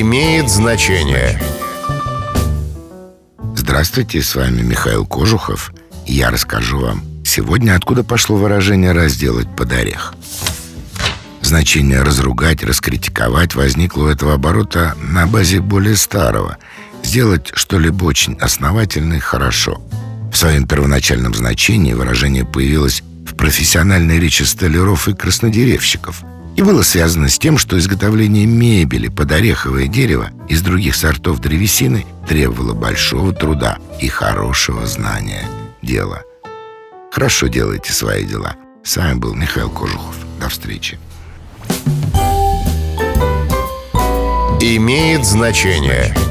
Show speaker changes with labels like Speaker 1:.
Speaker 1: Имеет значение.
Speaker 2: Здравствуйте, с вами Михаил Кожухов. И я расскажу вам сегодня, откуда пошло выражение «разделать под орех». Значение «разругать», «раскритиковать» возникло у этого оборота на базе более старого – сделать что-либо очень основательно и хорошо. В своем первоначальном значении выражение появилось в профессиональной речи столяров и краснодеревщиков и было связано с тем, что изготовление мебели под ореховое дерево из других сортов древесины требовало большого труда и хорошего знания дела. Хорошо делайте свои дела. С вами был Михаил Кожухов. До встречи.
Speaker 1: Имеет значение.